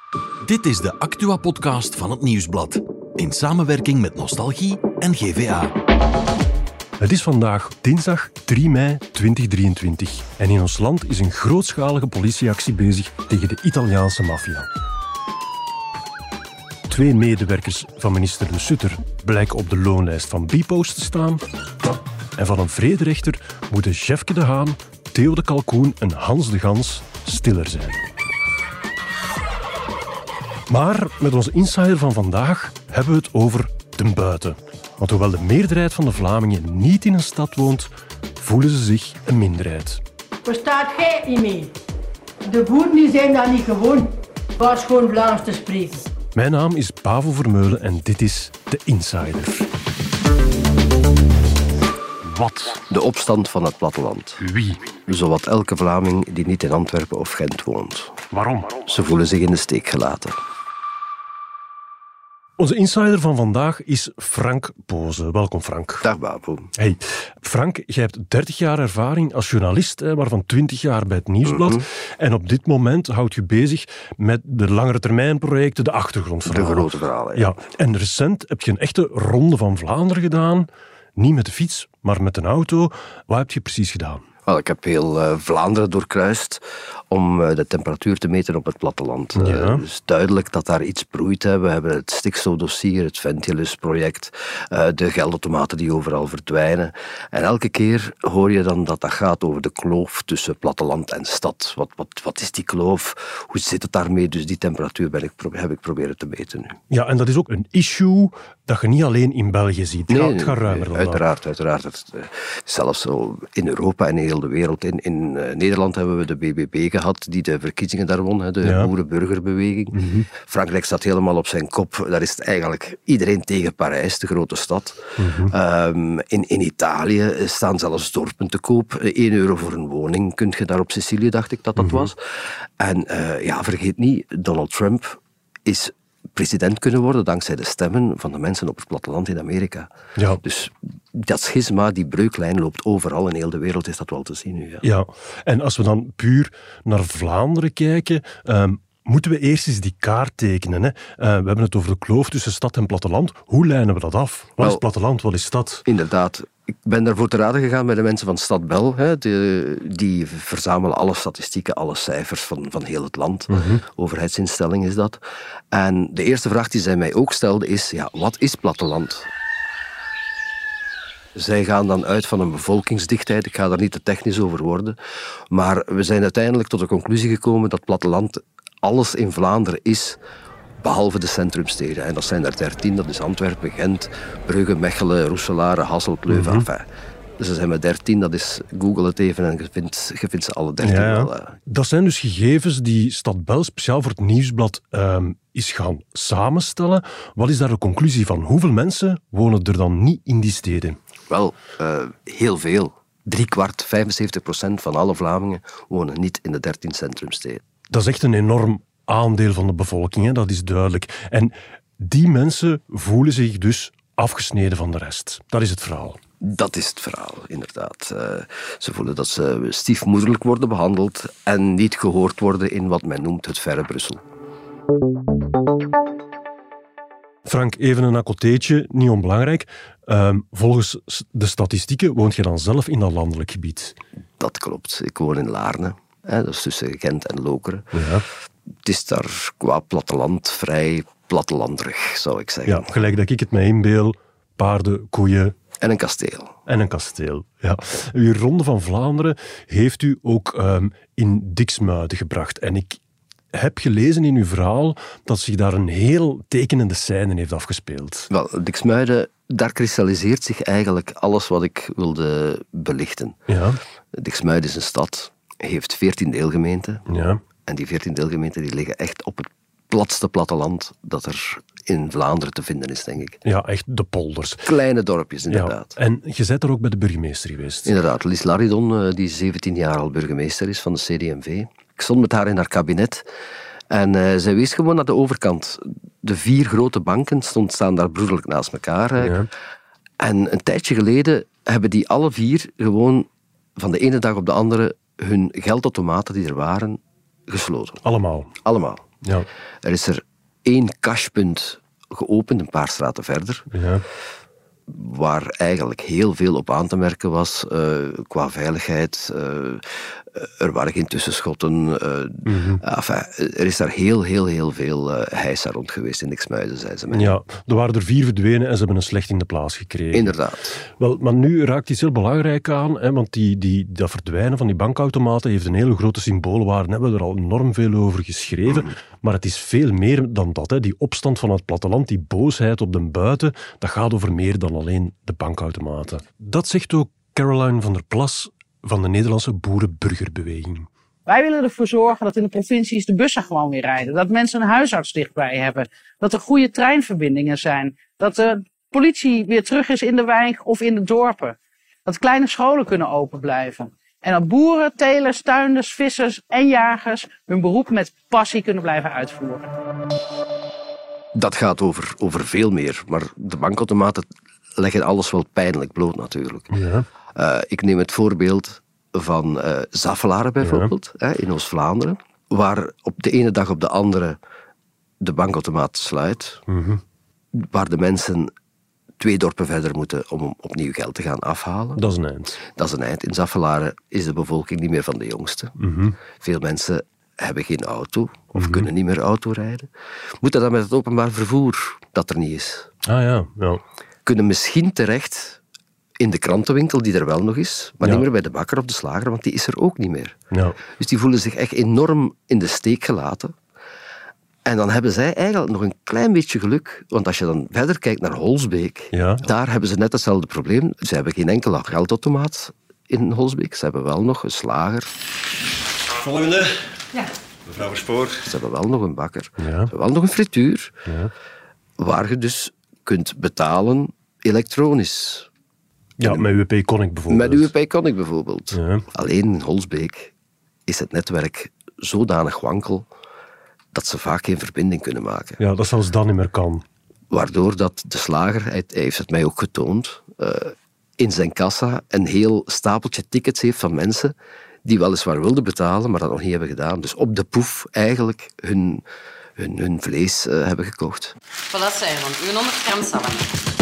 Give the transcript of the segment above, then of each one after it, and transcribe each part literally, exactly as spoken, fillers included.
Dit is de Actua-podcast van het Nieuwsblad. In samenwerking met Nostalgie en G V A. Het is vandaag dinsdag drie mei tweeduizend drieëntwintig en in ons land is een grootschalige politieactie bezig tegen de Italiaanse maffia. Twee medewerkers van minister De Sutter blijken op de loonlijst van Bpost te staan. En van een vrederechter moeten Jefke de Haan, Theo de Kalkoen en Hans de Gans stiller zijn. Maar met onze insider van vandaag hebben we het over de buiten. Want hoewel de meerderheid van de Vlamingen niet in een stad woont, voelen ze zich een minderheid. Verstaat jij niet mee? De boeren die zijn daar niet gewoon. Waar gewoon Vlaams te spreken. Mijn naam is Pavo Vermeulen en dit is de Insider. Wat? De opstand van het platteland. Wie? Zowat elke Vlaming die niet in Antwerpen of Gent woont. Waarom? Ze voelen zich in de steek gelaten. Onze insider van vandaag is Frank Boze. Welkom, Frank. Dag, Babu. Hey, Frank, jij hebt dertig jaar ervaring als journalist, waarvan twintig jaar bij het Nieuwsblad. Mm-hmm. En op dit moment houd je bezig met de langere termijn projecten, de achtergrondverhalen. De grote verhalen, ja. En recent heb je een echte ronde van Vlaanderen gedaan. Niet met de fiets, maar met een auto. Wat heb je precies gedaan? Wel, ik heb heel uh, Vlaanderen doorkruist om uh, de temperatuur te meten op het platteland. Uh, Ja. dus duidelijk dat daar iets broeit. Hè. We hebben het stikstofdossier, het Ventilus-project, uh, de geldautomaten die overal verdwijnen. En elke keer hoor je dan dat dat gaat over de kloof tussen platteland en stad. Wat, wat, wat is die kloof? Hoe zit het daarmee? Dus die temperatuur ben ik, heb ik proberen te meten nu. Ja, en dat is ook een issue dat je niet alleen in België ziet. Het gaat, het gaat ruimer dan dat. uiteraard, uiteraard. Het, uh, zelfs zo in Europa en in heel de wereld. In, in uh, Nederland hebben we de B B B gehad, die de verkiezingen daar won, hè, de Ja. boerenburgerbeweging. Mm-hmm. Frankrijk staat helemaal op zijn kop. Daar is eigenlijk iedereen tegen Parijs, de grote stad. Mm-hmm. Um, in, in Italië staan zelfs dorpen te koop. één euro voor een woning kun je daar op Sicilië, dacht ik dat dat Mm-hmm. was. En uh, ja, vergeet niet, Donald Trump is president kunnen worden dankzij de stemmen van de mensen op het platteland in Amerika. Ja. Dus dat schisma, die breuklijn loopt overal in heel de wereld, is dat wel te zien nu. Ja. Ja, en als we dan puur naar Vlaanderen kijken, um, moeten we eerst eens die kaart tekenen. Hè? Uh, we hebben het over de kloof tussen stad en platteland. Hoe lijnen we dat af? Wat Wel, is platteland, wat is stad? Inderdaad. Ik ben daarvoor te raden gegaan bij de mensen van Stad Bel. Hè, de, die verzamelen alle statistieken, alle cijfers van, van heel het land. Mm-hmm. Overheidsinstelling is dat. En de eerste vraag die zij mij ook stelde is, ja, wat is platteland? Zij gaan dan uit van een bevolkingsdichtheid. Ik ga daar niet te technisch over worden. Maar we zijn uiteindelijk tot de conclusie gekomen dat platteland alles in Vlaanderen is, behalve de centrumsteden. En dat zijn er dertien, dat is Antwerpen, Gent, Brugge, Mechelen, Roeselare, Hasselt, Leuven. Mm-hmm. Enfin, dus er zijn maar dertien, dat is, google het even en je vindt, je vindt ze alle dertien Ja, ja. wel. Uh. Dat zijn dus gegevens die Stad Bel speciaal voor het Nieuwsblad um, is gaan samenstellen. Wat is daar de conclusie van? Hoeveel mensen wonen er dan niet in die steden? Wel, uh, heel veel. Drie kwart, vijfenzeventig procent van alle Vlamingen wonen niet in de dertien centrumsteden. Dat is echt een enorm aandeel van de bevolking, hè? Dat is duidelijk. En die mensen voelen zich dus afgesneden van de rest. Dat is het verhaal. Dat is het verhaal, inderdaad. Uh, ze voelen dat ze stiefmoederlijk worden behandeld en niet gehoord worden in wat men noemt het verre Brussel. Frank, even een accoteetje, niet onbelangrijk. Um, volgens de statistieken woont je dan zelf in dat landelijk gebied. Dat klopt. Ik woon in Laarne, hè, dat is tussen Gent en Lokeren. Ja. Het is daar qua platteland vrij plattelanderig, zou ik zeggen. Ja, gelijk dat ik het mij inbeeld. Paarden, koeien. En een kasteel. En een kasteel, ja. Uw Ronde van Vlaanderen heeft u ook um, in Diksmuiden gebracht. En ik heb gelezen in uw verhaal dat zich daar een heel tekenende scène heeft afgespeeld. Wel, Diksmuiden, daar kristalliseert zich eigenlijk alles wat ik wilde belichten. Ja. Diksmuiden is een stad, heeft veertien deelgemeenten. Ja. En die veertien deelgemeenten die liggen echt op het platste platteland dat er in Vlaanderen te vinden is, denk ik. Ja, echt de polders. Kleine dorpjes, inderdaad. Ja. En je bent er ook bij de burgemeester geweest. Inderdaad, Lies Laridon, die zeventien jaar al burgemeester is van de C D M V. Ik stond met haar in haar kabinet en uh, zij wees gewoon naar de overkant. De vier grote banken stond, staan daar broederlijk naast elkaar. Ja. En een tijdje geleden hebben die alle vier gewoon van de ene dag op de andere hun geldautomaten die er waren, gesloten. Allemaal. Allemaal. Ja. Er is er één cashpunt geopend, een paar straten verder, Ja. waar eigenlijk heel veel op aan te merken was uh, qua veiligheid. Uh, er waren geen tussenschotten. Uh, mm-hmm. enfin, er is daar heel, heel, heel veel uh, heisa rond geweest in Dixmuiden, zei ze mij. Ja, er waren er vier verdwenen en ze hebben een slecht in de plaats gekregen. Inderdaad. Wel, maar nu raakt iets heel belangrijk aan, hè, want die, die, dat verdwijnen van die bankautomaten heeft een hele grote symboolwaarde. Daar hebben we er al enorm veel over geschreven. Mm. Maar het is veel meer dan dat. Hè. Die opstand van het platteland, die boosheid op de buiten, dat gaat over meer dan alleen de bankautomaten. Dat zegt ook Caroline van der Plas van de Nederlandse Boerenburgerbeweging. Wij willen ervoor zorgen dat in de provincies de bussen gewoon weer rijden. Dat mensen een huisarts dichtbij hebben. Dat er goede treinverbindingen zijn. Dat de politie weer terug is in de wijk of in de dorpen. Dat kleine scholen kunnen open blijven. En dat boeren, telers, tuinders, vissers en jagers hun beroep met passie kunnen blijven uitvoeren. Dat gaat over, over veel meer. Maar de bankautomaten leggen alles wel pijnlijk bloot natuurlijk. Ja. Uh, ik neem het voorbeeld van uh, Zaffelaren bijvoorbeeld, ja. hè, in Oost-Vlaanderen, waar op de ene dag op de andere de bankautomaat sluit, mm-hmm. waar de mensen twee dorpen verder moeten om opnieuw geld te gaan afhalen. Dat is een eind. Dat is een eind. In Zaffelaren is de bevolking niet meer van de jongste. Mm-hmm. Veel mensen hebben geen auto of mm-hmm. kunnen niet meer auto rijden. Moeten dat met het openbaar vervoer dat er niet is. Ah ja, ja. Kunnen misschien terecht in de krantenwinkel, die er wel nog is, maar ja. niet meer bij de bakker of de slager, want die is er ook niet meer. Ja. Dus die voelen zich echt enorm in de steek gelaten. En dan hebben zij eigenlijk nog een klein beetje geluk, want als je dan verder kijkt naar Holsbeek, ja. daar hebben ze net hetzelfde probleem. Ze hebben geen enkele geldautomaat in Holsbeek, ze hebben wel nog een slager. Volgende. Ja. Mevrouw Verspoor. Ze hebben wel nog een bakker. Ja. Ze hebben wel nog een frituur, ja. waar je dus kunt betalen elektronisch. Ja, met U P Connect bijvoorbeeld. Met U P Connect bijvoorbeeld. Ja. Alleen in Holsbeek is het netwerk zodanig wankel dat ze vaak geen verbinding kunnen maken. Ja, dat zelfs dan niet meer kan. Waardoor dat de slager, hij heeft het mij ook getoond, uh, in zijn kassa een heel stapeltje tickets heeft van mensen die weliswaar wilden betalen, maar dat nog niet hebben gedaan. Dus op de poef eigenlijk hun, hun, hun vlees uh, hebben gekocht. Voilà, Simon. Uw honderd gram salami.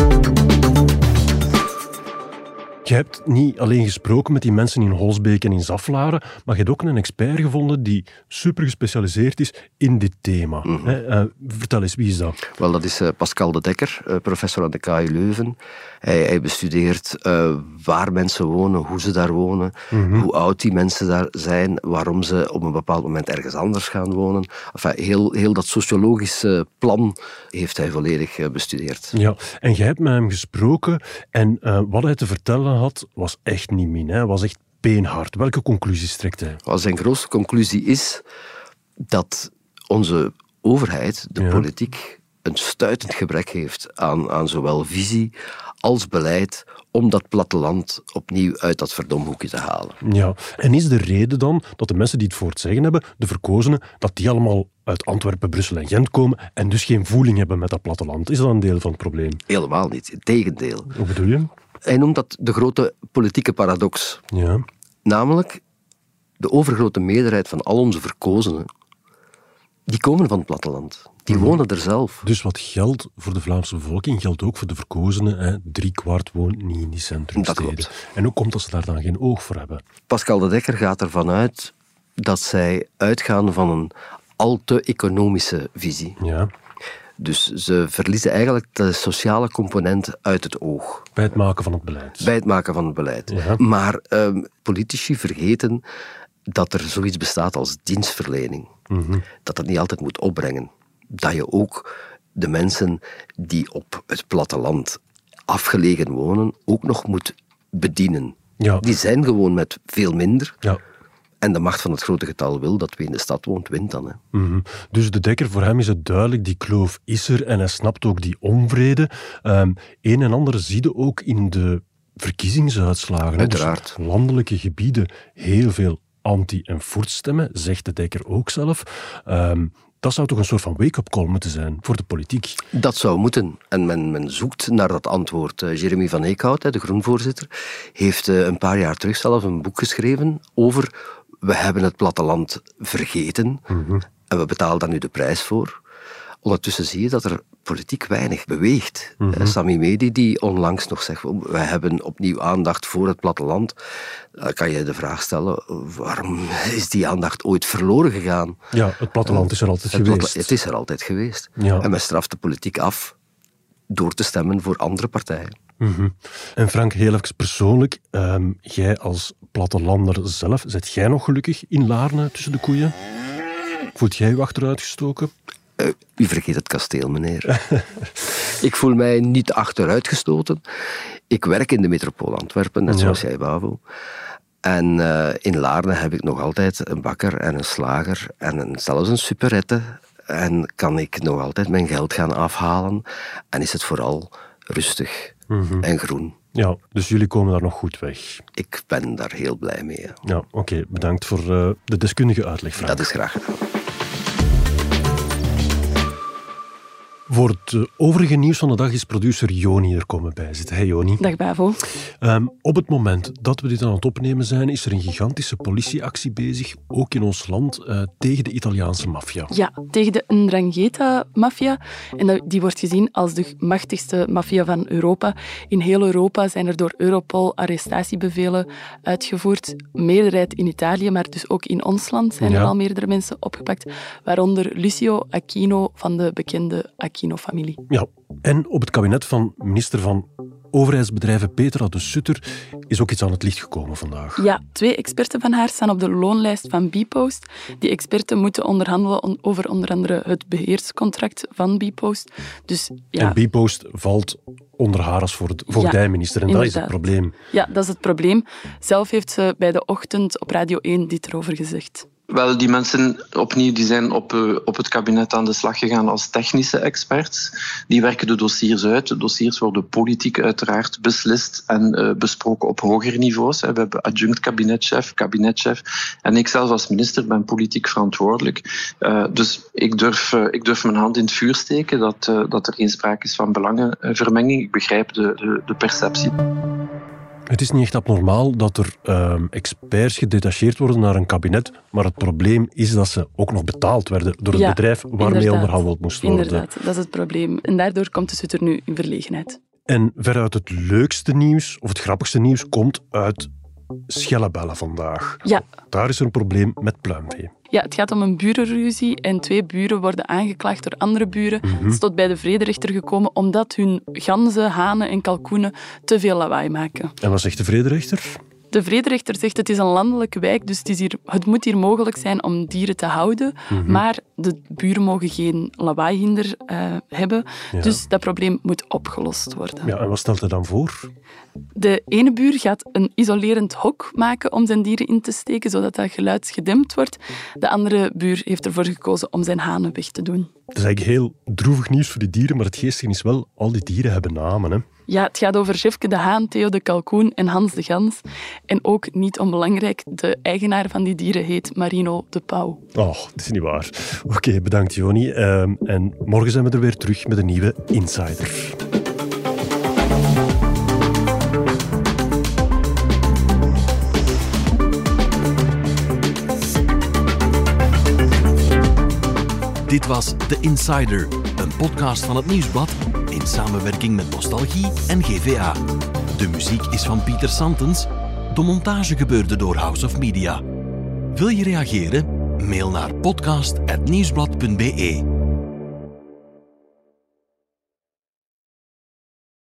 Je hebt niet alleen gesproken met die mensen in Holsbeek en in Zaffelaren, maar je hebt ook een expert gevonden die super gespecialiseerd is in dit thema. Mm-hmm. He, uh, vertel eens, wie is dat? Wel, dat is uh, Pascal de Dekker, uh, professor aan de K U Leuven. Hij, hij bestudeert uh, waar mensen wonen, hoe ze daar wonen, mm-hmm. hoe oud die mensen daar zijn, waarom ze op een bepaald moment ergens anders gaan wonen. Enfin, heel, heel dat sociologische plan heeft hij volledig uh, bestudeerd. Ja, en je hebt met hem gesproken en uh, wat hij te vertellen had, was echt niet min. Hij was echt beenhard. Welke conclusies trekt hij? Well, zijn grootste conclusie is dat onze overheid, de ja. politiek, een stuitend gebrek heeft aan, aan zowel visie als beleid om dat platteland opnieuw uit dat verdomhoekje te halen. Ja, en is de reden dan dat de mensen die het voor het zeggen hebben, de verkozenen, dat die allemaal uit Antwerpen, Brussel en Gent komen en dus geen voeling hebben met dat platteland? Is dat een deel van het probleem? Helemaal niet, integendeel. Hoe bedoel je? Hij noemt dat de grote politieke paradox. Ja. Namelijk, de overgrote meerderheid van al onze verkozenen, die komen van het platteland. Die mm-hmm. wonen er zelf. Dus wat geldt voor de Vlaamse bevolking, geldt ook voor de verkozenen. Hè? Drie kwart woont niet in die centrumsteden. Dat klopt. En hoe komt dat ze daar dan geen oog voor hebben? Pascal de Dekker gaat ervan uit dat zij uitgaan van een al te economische visie. Ja. Dus ze verliezen eigenlijk de sociale component uit het oog. Bij het maken van het beleid. Bij het maken van het beleid. Ja. Maar um, politici vergeten dat er zoiets bestaat als dienstverlening. Mm-hmm. Dat dat niet altijd moet opbrengen. Dat je ook de mensen die op het platteland afgelegen wonen, ook nog moet bedienen. Ja. Die zijn gewoon met veel minder. Ja. En de macht van het grote getal wil dat wie in de stad woont, wint dan. Hè. Mm-hmm. Dus de Dekker, voor hem is het duidelijk, die kloof is er en hij snapt ook die onvrede. Um, een en ander zie je ook in de verkiezingsuitslagen. Uiteraard. Dus landelijke gebieden heel veel anti- en voetstemmen, zegt de Dekker ook zelf. Um, dat zou toch een soort van wake-up call moeten zijn voor de politiek? Dat zou moeten. En men, men zoekt naar dat antwoord. Uh, Jeremy van Eekhout, de groenvoorzitter, heeft uh, een paar jaar terug zelf een boek geschreven over we hebben het platteland vergeten. Mm-hmm. En we betalen daar nu de prijs voor. Ondertussen zie je dat er politiek weinig beweegt. Mm-hmm. Sami Medi die onlangs nog zegt, wij hebben opnieuw aandacht voor het platteland. Dan kan je de vraag stellen, waarom is die aandacht ooit verloren gegaan? Ja, het platteland is er altijd het geweest. Platte- het is er altijd geweest. Ja. En men straft de politiek af door te stemmen voor andere partijen. Mm-hmm. En Frank, heel even persoonlijk, um, jij als plattelander zelf, zit jij nog gelukkig in Laarne tussen de koeien? Voelt jij je achteruitgestoken? Uh, u vergeet het kasteel, meneer. Ik voel mij niet achteruitgestoten. Ik werk in de metropool Antwerpen, net zoals ja. jij, Bavo. En uh, in Laarne heb ik nog altijd een bakker en een slager en een, zelfs een superette. En kan ik nog altijd mijn geld gaan afhalen. En is het vooral rustig mm-hmm. en groen. Ja, dus jullie komen daar nog goed weg. Ik ben daar heel blij mee. Ja, ja oké. Okay. Bedankt voor uh, de deskundige uitleg, Frank. Dat is graag gedaan. Voor het uh, overige nieuws van de dag is producer Joni er komen bij zitten. Hey Joni. Dag Bavo. Um, op het moment dat we dit aan het opnemen zijn, is er een gigantische politieactie bezig, ook in ons land, uh, tegen de Italiaanse maffia. Ja, tegen de Ndrangheta-maffia. En dat, die wordt gezien als de machtigste maffia van Europa. In heel Europa zijn er door Europol arrestatiebevelen uitgevoerd. Meerderheid in Italië, maar dus ook in ons land zijn ja. er al meerdere mensen opgepakt. Waaronder Lucio Aquino van de bekende Aquino-familie. Ja, en op het kabinet van minister van Overheidsbedrijven Petra de Sutter is ook iets aan het licht gekomen vandaag. Ja, twee experten van haar staan op de loonlijst van Bpost. Die experten moeten onderhandelen over onder andere het beheerscontract van Bpost. Dus, ja. En Bpost valt onder haar als voogdijminister. En inderdaad. Dat is het probleem. Ja, dat is het probleem. Zelf heeft ze bij de ochtend op Radio één dit erover gezegd. Wel, die mensen opnieuw die zijn op, uh, op het kabinet aan de slag gegaan als technische experts. Die werken de dossiers uit. De dossiers worden politiek uiteraard beslist en uh, besproken op hogere niveaus. We hebben adjunct kabinetchef, kabinetchef. En ik zelf als minister ben politiek verantwoordelijk. Uh, dus ik durf, uh, ik durf mijn hand in het vuur steken dat, uh, dat er geen sprake is van belangenvermenging. Ik begrijp de, de, de perceptie. Het is niet echt abnormaal dat er uh, experts gedetacheerd worden naar een kabinet, maar het probleem is dat ze ook nog betaald werden door het ja, bedrijf waarmee inderdaad. onderhandeld moest worden. Inderdaad, dat is het probleem. En daardoor komt de Sutter nu in verlegenheid. En veruit het leukste nieuws, of het grappigste nieuws, komt uit Schellebelle vandaag. Ja. Daar is er een probleem met pluimvee. Ja, het gaat om een burenruzie en twee buren worden aangeklaagd door andere buren. Mm-hmm. Het is tot bij de vrederechter gekomen omdat hun ganzen, hanen en kalkoenen te veel lawaai maken. En wat zegt de vrederechter? De vrederechter zegt het is een landelijke wijk, dus het, is hier, het moet hier mogelijk zijn om dieren te houden. Mm-hmm. Maar de buren mogen geen lawaaihinder uh, hebben. Ja. Dus dat probleem moet opgelost worden. Ja, en wat stelt hij dan voor? De ene buur gaat een isolerend hok maken om zijn dieren in te steken, zodat dat geluid gedempt wordt. De andere buur heeft ervoor gekozen om zijn hanen weg te doen. Het is eigenlijk heel droevig nieuws voor die dieren, maar het geestige is wel, al die dieren hebben namen, hè? Ja, het gaat over Jefke de haan, Theo de kalkoen en Hans de gans. En ook, niet onbelangrijk, de eigenaar van die dieren heet Marino de pauw. Oh, dat is niet waar. Oké, okay, bedankt Joni. Uh, en morgen zijn we er weer terug met een nieuwe Insider. Dit was The Insider, een podcast van het Nieuwsblad in samenwerking met Nostalgie en G V A. De muziek is van Pieter Santens. De montage gebeurde door House of Media. Wil je reageren? Mail naar podcast apennieuwsblad punt be.